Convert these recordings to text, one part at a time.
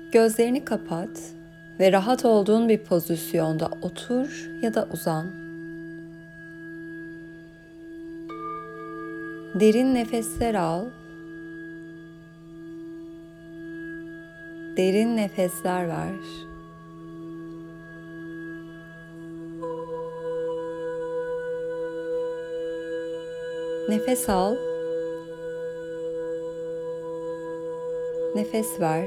Gözlerini kapat ve rahat olduğun bir pozisyonda otur ya da uzan. Derin nefesler al. Derin nefesler ver. Nefes al. Nefes ver.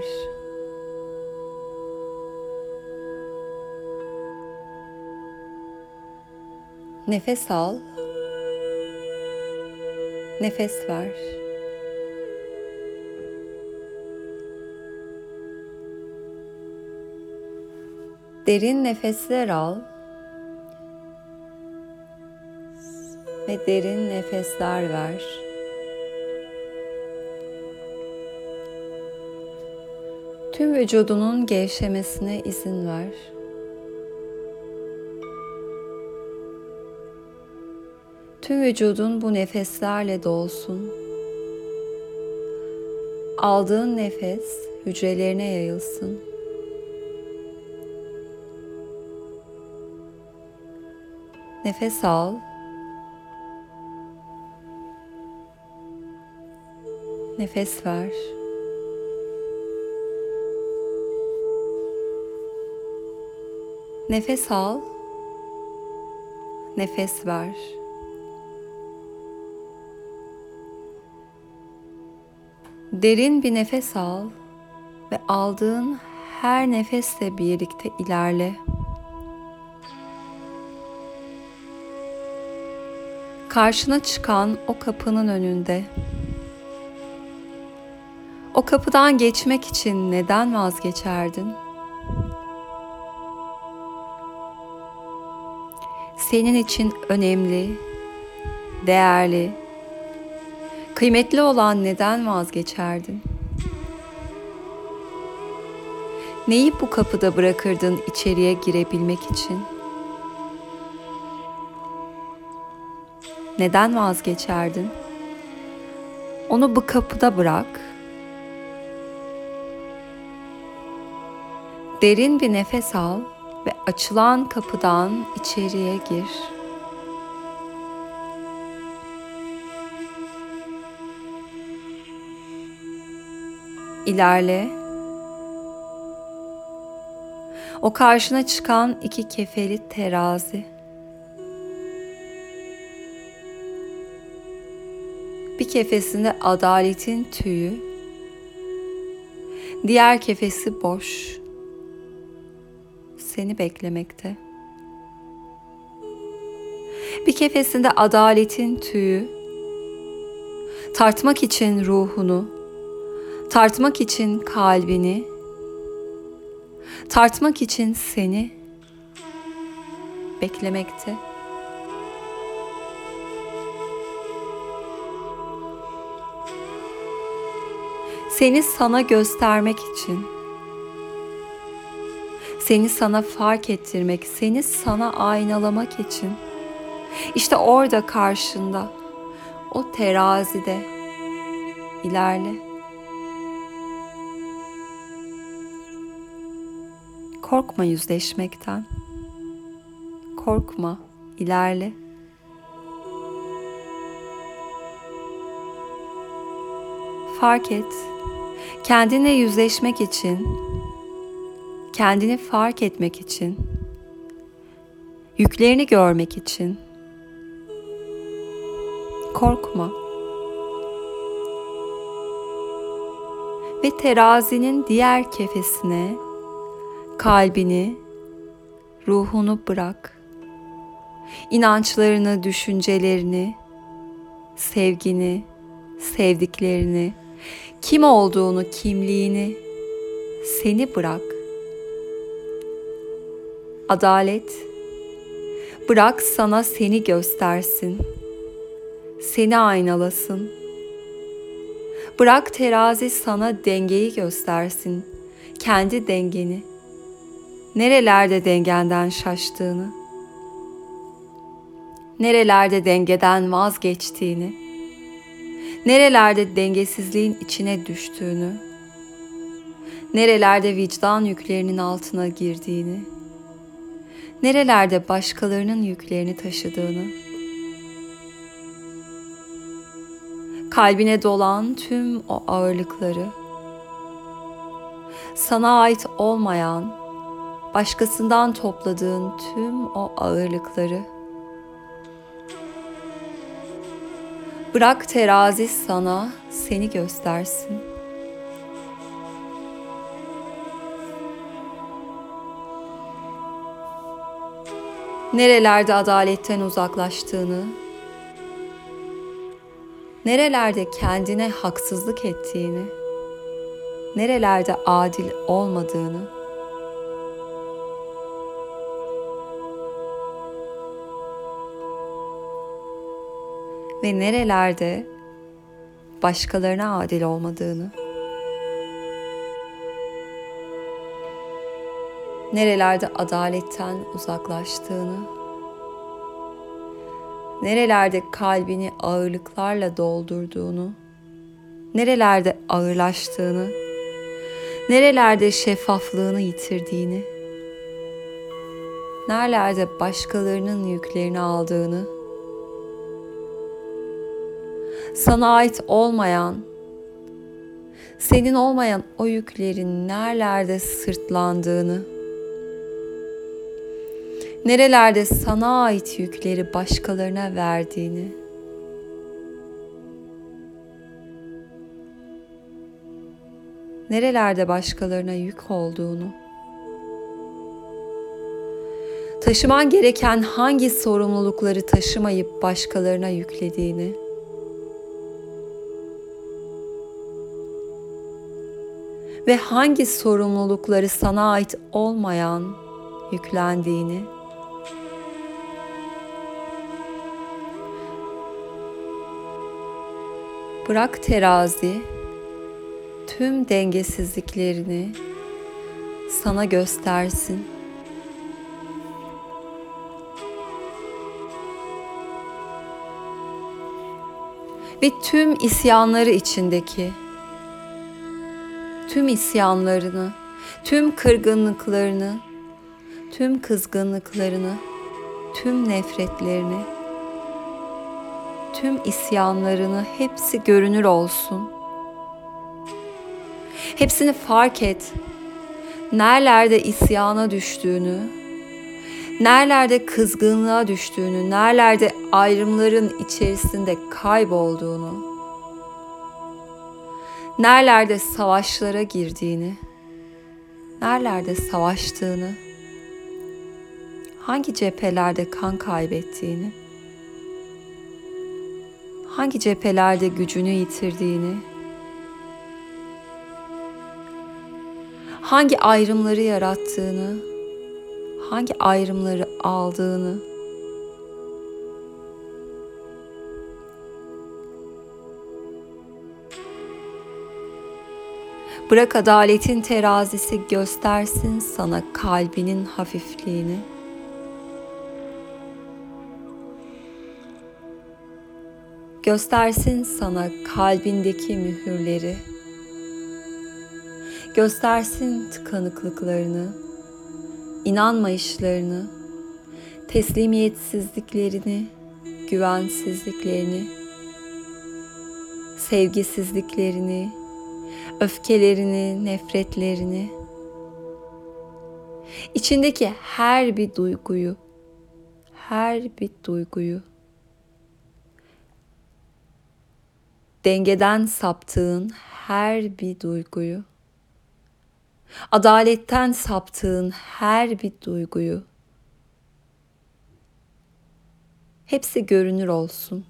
Nefes al. Nefes ver. Derin nefesler al ve derin nefesler ver. Tüm vücudunun gevşemesine izin ver. Tüm vücudun bu nefeslerle dolsun. Aldığın nefes hücrelerine yayılsın. Nefes al. Nefes ver. Nefes al. Nefes ver. Derin bir nefes al ve aldığın her nefesle birlikte ilerle. Karşına çıkan o kapının önünde. O kapıdan geçmek için neden vazgeçerdin? Senin için önemli, değerli, kıymetli olan neden vazgeçerdin? Neyi bu kapıda bırakırdın içeriye girebilmek için? Neden vazgeçerdin? Onu bu kapıda bırak. Derin bir nefes al ve açılan kapıdan içeriye gir. İlerle. O karşına çıkan iki kefeli terazi. Bir kefesinde adaletin tüyü, diğer kefesi boş. Seni beklemekte. Bir kefesinde adaletin tüyü, tartmak için ruhunu, tartmak için kalbini, tartmak için seni beklemekte. Seni sana göstermek için, seni sana fark ettirmek, seni sana aynalamak için, işte orada karşında, o terazide ilerle. Korkma yüzleşmekten, korkma, ilerle. Fark et, kendinle yüzleşmek için, kendini fark etmek için, yüklerini görmek için. Korkma. Ve terazinin diğer kefesine kalbini, ruhunu bırak. İnançlarını, düşüncelerini, sevgini, sevdiklerini, kim olduğunu, kimliğini, seni bırak. Adalet, bırak sana seni göstersin, seni aynalasın. Bırak terazi sana dengeyi göstersin, kendi dengeni. Nerelerde dengenden şaştığını, nerelerde dengeden vazgeçtiğini, nerelerde dengesizliğin içine düştüğünü, Nerelerde vicdan yüklerinin altına girdiğini, nerelerde başkalarının yüklerini taşıdığını, kalbine dolan tüm o ağırlıkları, sana ait olmayan, başkasından topladığın tüm o ağırlıkları, bırak terazi sana seni göstersin. Nerelerde adaletten uzaklaştığını, nerelerde kendine haksızlık ettiğini, nerelerde adil olmadığını, ve nerelerde başkalarına adil olmadığını, nerelerde adaletten uzaklaştığını, nerelerde kalbini ağırlıklarla doldurduğunu, nerelerde ağırlaştığını, nerelerde şeffaflığını yitirdiğini, nerelerde başkalarının yüklerini aldığını, sana ait olmayan, senin olmayan o yüklerin nerelerde sırtlandığını, nerelerde sana ait yükleri başkalarına verdiğini, nerelerde başkalarına yük olduğunu, taşıman gereken hangi sorumlulukları taşımayıp başkalarına yüklediğini, ve hangi sorumlulukları sana ait olmayan yüklendiğini, bırak terazi tüm dengesizliklerini sana göstersin. Ve tüm isyanları içindeki, tüm isyanlarını, tüm kırgınlıklarını, tüm kızgınlıklarını, tüm nefretlerini, tüm isyanlarını hepsi görünür olsun. Hepsini fark et. Nerelerde isyana düştüğünü, nerelerde kızgınlığa düştüğünü, nerelerde ayrımların içerisinde kaybolduğunu, nerelerde savaşlara girdiğini, nerelerde savaştığını, hangi cephelerde kan kaybettiğini, hangi cephelerde gücünü yitirdiğini, hangi ayrımları yarattığını, hangi ayrımları aldığını, bırak adaletin terazisi göstersin sana kalbinin hafifliğini. Göstersin sana kalbindeki mühürleri. Göstersin tıkanıklıklarını, inanmayışlarını, teslimiyetsizliklerini, güvensizliklerini, sevgisizliklerini, öfkelerini, nefretlerini, içindeki her bir duyguyu, dengeden saptığın her bir duyguyu, adaletten saptığın her bir duyguyu, hepsi görünür olsun.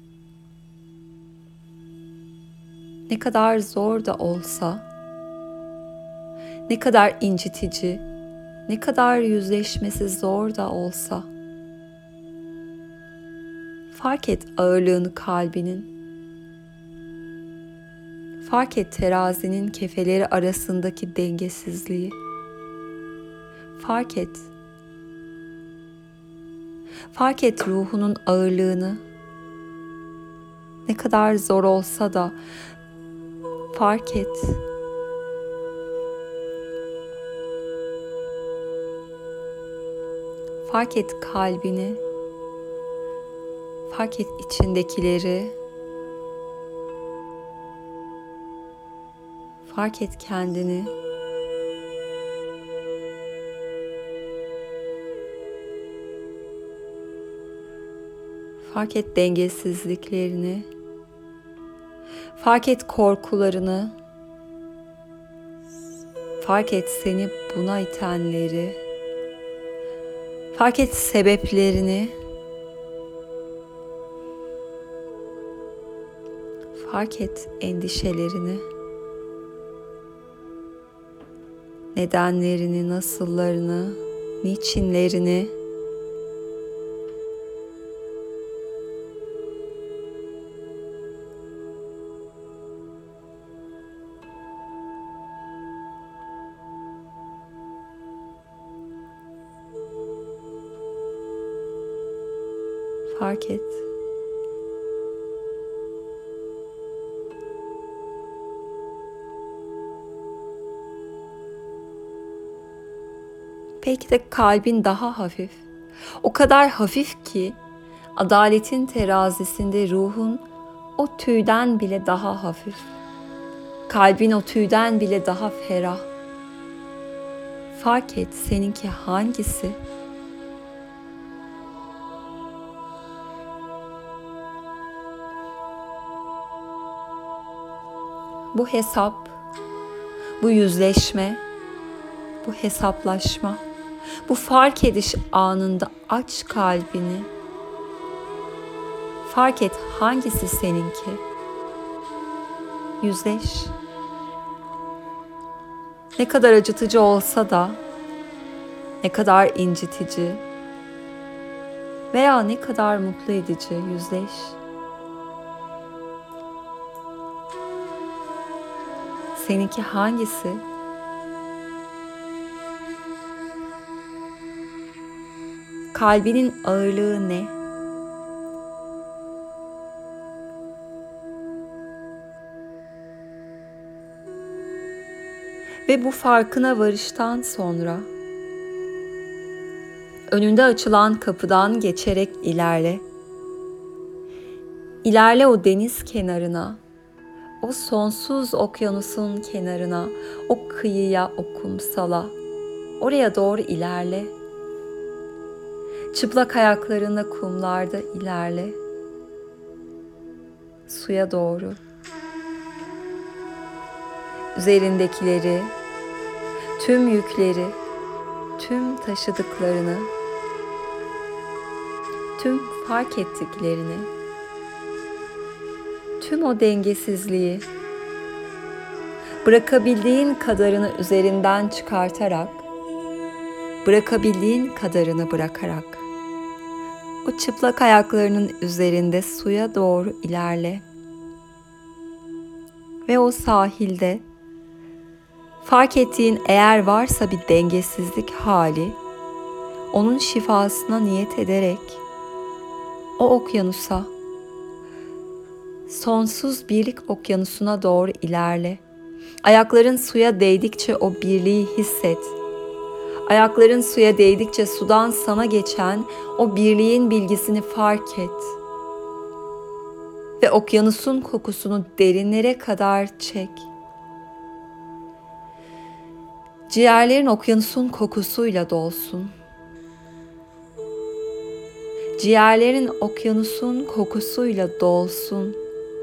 Ne kadar zor da olsa, ne kadar incitici, ne kadar yüzleşmesi zor da olsa, fark et ağırlığını kalbinin, fark et terazinin kefeleri arasındaki dengesizliği, fark et. Fark et ruhunun ağırlığını, ne kadar zor olsa da fark et. Fark et kalbini. Fark et içindekileri. Fark et kendini. Fark et dengesizliklerini. Fark et korkularını. Fark et seni buna itenleri. Fark et sebeplerini. Fark et endişelerini. Nedenlerini, nasıllarını, niçinlerini. Fark et. Belki de kalbin daha hafif. O kadar hafif ki adaletin terazisinde ruhun o tüyden bile daha hafif. Kalbin o tüyden bile daha ferah. Fark et seninki hangisi? Bu hesap, bu yüzleşme, bu hesaplaşma, bu fark ediş anında aç kalbini. Fark et hangisi seninki. Yüzleş. Ne kadar acıtıcı olsa da, ne kadar incitici veya ne kadar mutlu edici, yüzleş. Seninki hangisi? Kalbinin ağırlığı ne? Ve bu farkına varıştan sonra önünde açılan kapıdan geçerek ilerle. İlerle o deniz kenarına, o sonsuz okyanusun kenarına, o kıyıya, o kumsala. Oraya doğru ilerle. Çıplak ayaklarınla kumlarda ilerle. Suya doğru. Üzerindekileri, tüm yükleri, tüm taşıdıklarını, tüm fark ettiklerini, tüm o dengesizliği bırakabildiğin kadarını üzerinden çıkartarak, bırakabildiğin kadarını bırakarak, o çıplak ayaklarının üzerinde suya doğru ilerle. Ve o sahilde fark ettiğin eğer varsa bir dengesizlik hali, onun şifasına niyet ederek o okyanusa, sonsuz birlik okyanusuna doğru ilerle. Ayakların suya değdikçe o birliği hisset. Ayakların suya değdikçe sudan sana geçen o birliğin bilgisini fark et. Ve okyanusun kokusunu derinlere kadar çek. Ciğerlerin okyanusun kokusuyla dolsun. Ciğerlerin okyanusun kokusuyla dolsun.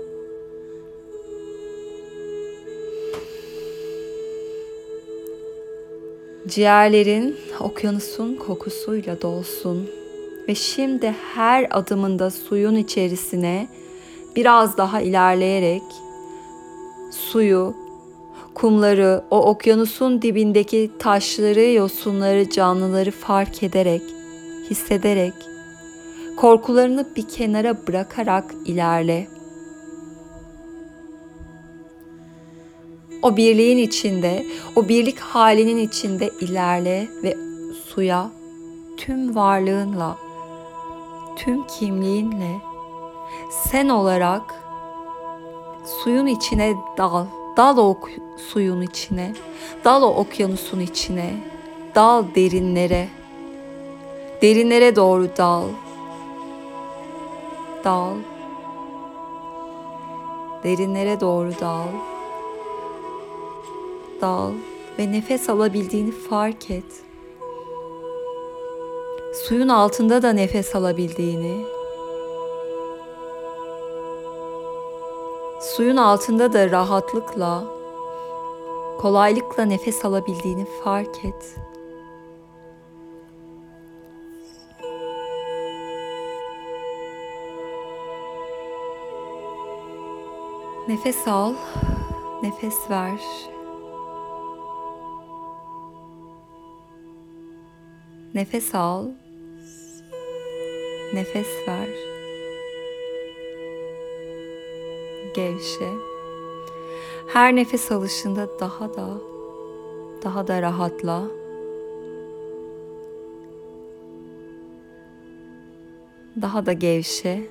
Ciğerlerin okyanusun kokusuyla dolsun. Ve şimdi her adımında suyun içerisine biraz daha ilerleyerek suyu, kumları, o okyanusun dibindeki taşları, yosunları, canlıları fark ederek, hissederek, korkularını bir kenara bırakarak ilerle. O birliğin içinde, o birlik halinin içinde ilerle ve suya tüm varlığınla, tüm kimliğinle, sen olarak suyun içine dal. Dal o suyun içine, dal o okyanusun içine, dal derinlere. Derinlere doğru dal. Dal. Derinlere doğru dal. Dal ve nefes alabildiğini fark et. Suyun altında da nefes alabildiğini, suyun altında da rahatlıkla, kolaylıkla nefes alabildiğini fark et. Nefes al, nefes ver. Nefes al, nefes ver. Gevşe. Her nefes alışında daha da rahatla. Daha da gevşe.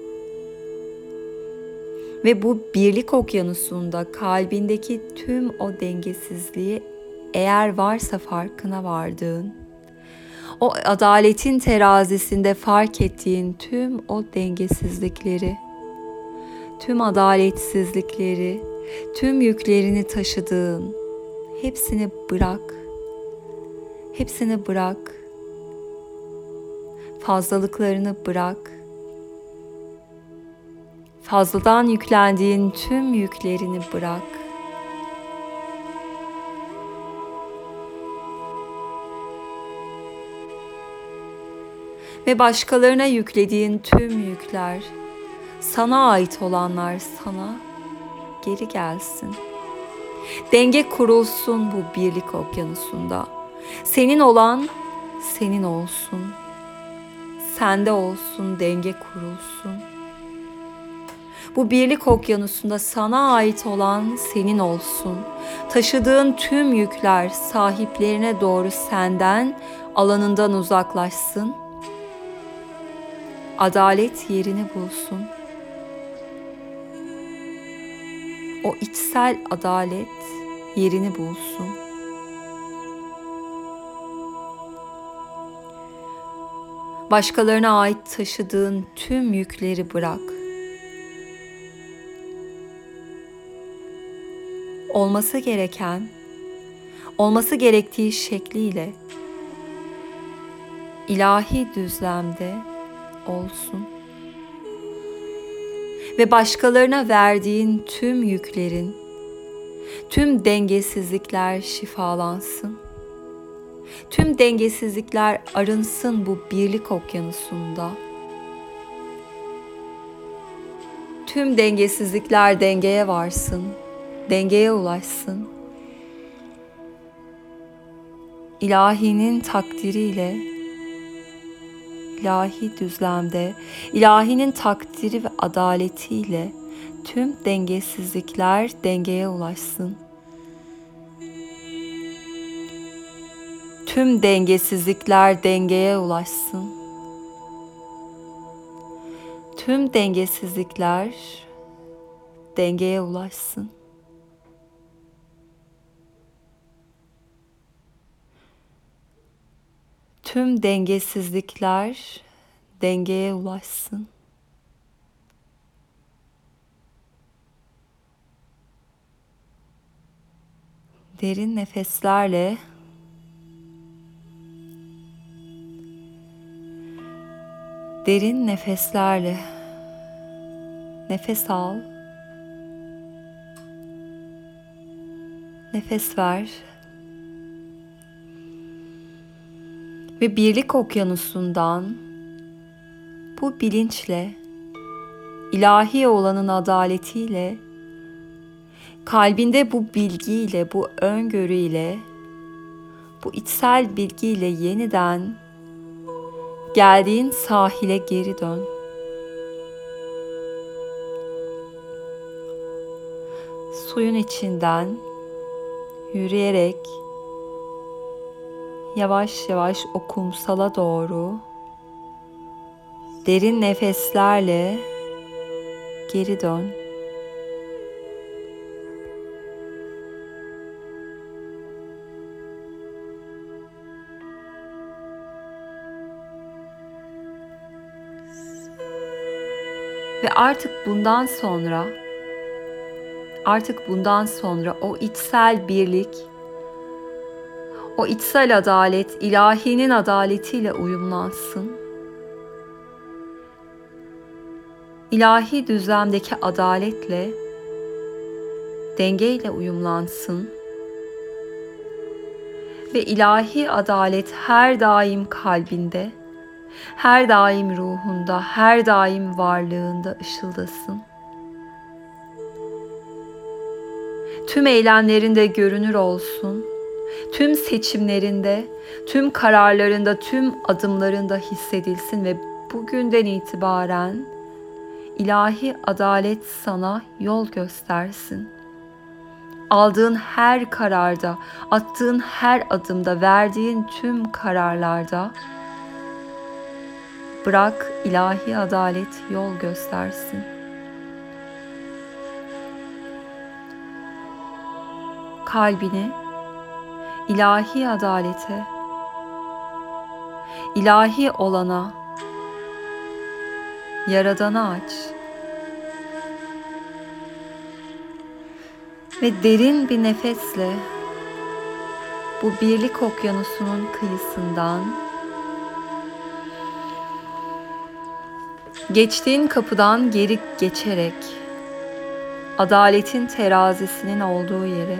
Ve bu birlik okyanusunda kalbindeki tüm o dengesizliği, eğer varsa farkına vardığın, o adaletin terazisinde fark ettiğin tüm o dengesizlikleri, tüm adaletsizlikleri, tüm yüklerini taşıdığın hepsini bırak. Hepsini bırak. Fazlalıklarını bırak. Fazladan yüklendiğin tüm yüklerini bırak. Ve başkalarına yüklediğin tüm yükler, sana ait olanlar sana geri gelsin. Denge kurulsun bu birlik okyanusunda. Senin olan senin olsun. Sende olsun, denge kurulsun. Bu birlik okyanusunda sana ait olan senin olsun. Taşıdığın tüm yükler sahiplerine doğru senden, alanından uzaklaşsın. Adalet yerini bulsun. O içsel adalet yerini bulsun. Başkalarına ait taşıdığın tüm yükleri bırak. Olması gereken, olması gerektiği şekliyle ilahi düzlemde olsun. Ve başkalarına verdiğin tüm yüklerin, tüm dengesizlikler şifalansın. Tüm dengesizlikler arınsın bu birlik okyanusunda. Tüm dengesizlikler dengeye varsın, dengeye ulaşsın. İlahinin takdiriyle, ilahi düzlemde, ilahinin takdiri ve adaletiyle tüm dengesizlikler dengeye ulaşsın. Tüm dengesizlikler dengeye ulaşsın. Tüm dengesizlikler dengeye ulaşsın. Tüm dengesizlikler dengeye ulaşsın. Derin nefeslerle nefes al, nefes ver ve birlik okyanusundan bu bilinçle, ilahi olanın adaletiyle, kalbinde bu bilgiyle, bu öngörüyle, bu içsel bilgiyle yeniden geldiğin sahile geri dön. Suyun içinden yürüyerek yavaş yavaş o kumsala doğru derin nefeslerle geri dön. Ve artık bundan sonra o içsel birlik, o içsel adalet, ilahinin adaletiyle uyumlansın. İlahi düzlemdeki adaletle, dengeyle uyumlansın. Ve ilahi adalet her daim kalbinde, her daim ruhunda, her daim varlığında ışıldasın. Tüm eylemlerinde görünür olsun. Tüm seçimlerinde, tüm kararlarında, tüm adımlarında hissedilsin ve bugünden itibaren ilahi adalet sana yol göstersin. Aldığın her kararda, attığın her adımda, verdiğin tüm kararlarda bırak ilahi adalet yol göstersin. Kalbini ilahi adalete, ilahi olana, Yaradan'a aç. Ve derin bir nefesle bu birlik okyanusunun kıyısından geçtiğin kapıdan geri geçerek adaletin terazisinin olduğu yere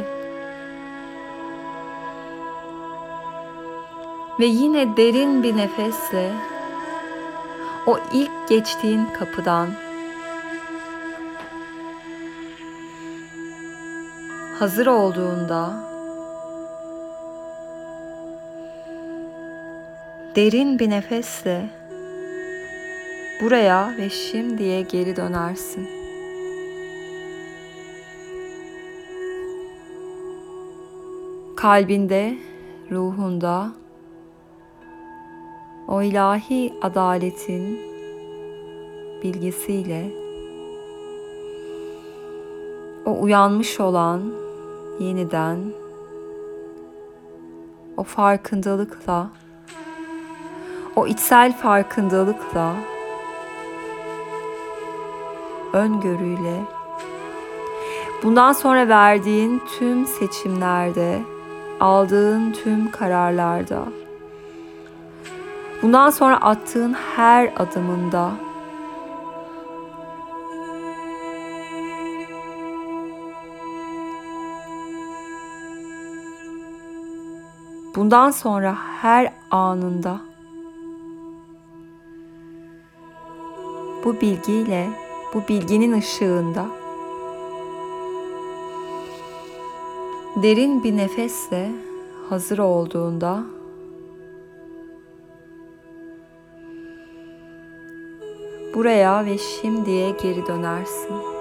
ve yine derin bir nefesle o ilk geçtiğin kapıdan hazır olduğunda derin bir nefesle buraya ve şimdiye geri dönersin. Kalbinde, ruhunda o ilahi adaletin bilgisiyle o uyanmış olan yeniden o farkındalıkla, o içsel farkındalıkla, öngörüyle bundan sonra verdiğin tüm seçimlerde, aldığın tüm kararlarda, bundan sonra attığın her adımında bundan sonra her anında bu bilgiyle, bu bilginin ışığında derin bir nefesle hazır olduğunda buraya ve şimdiye geri dönersin.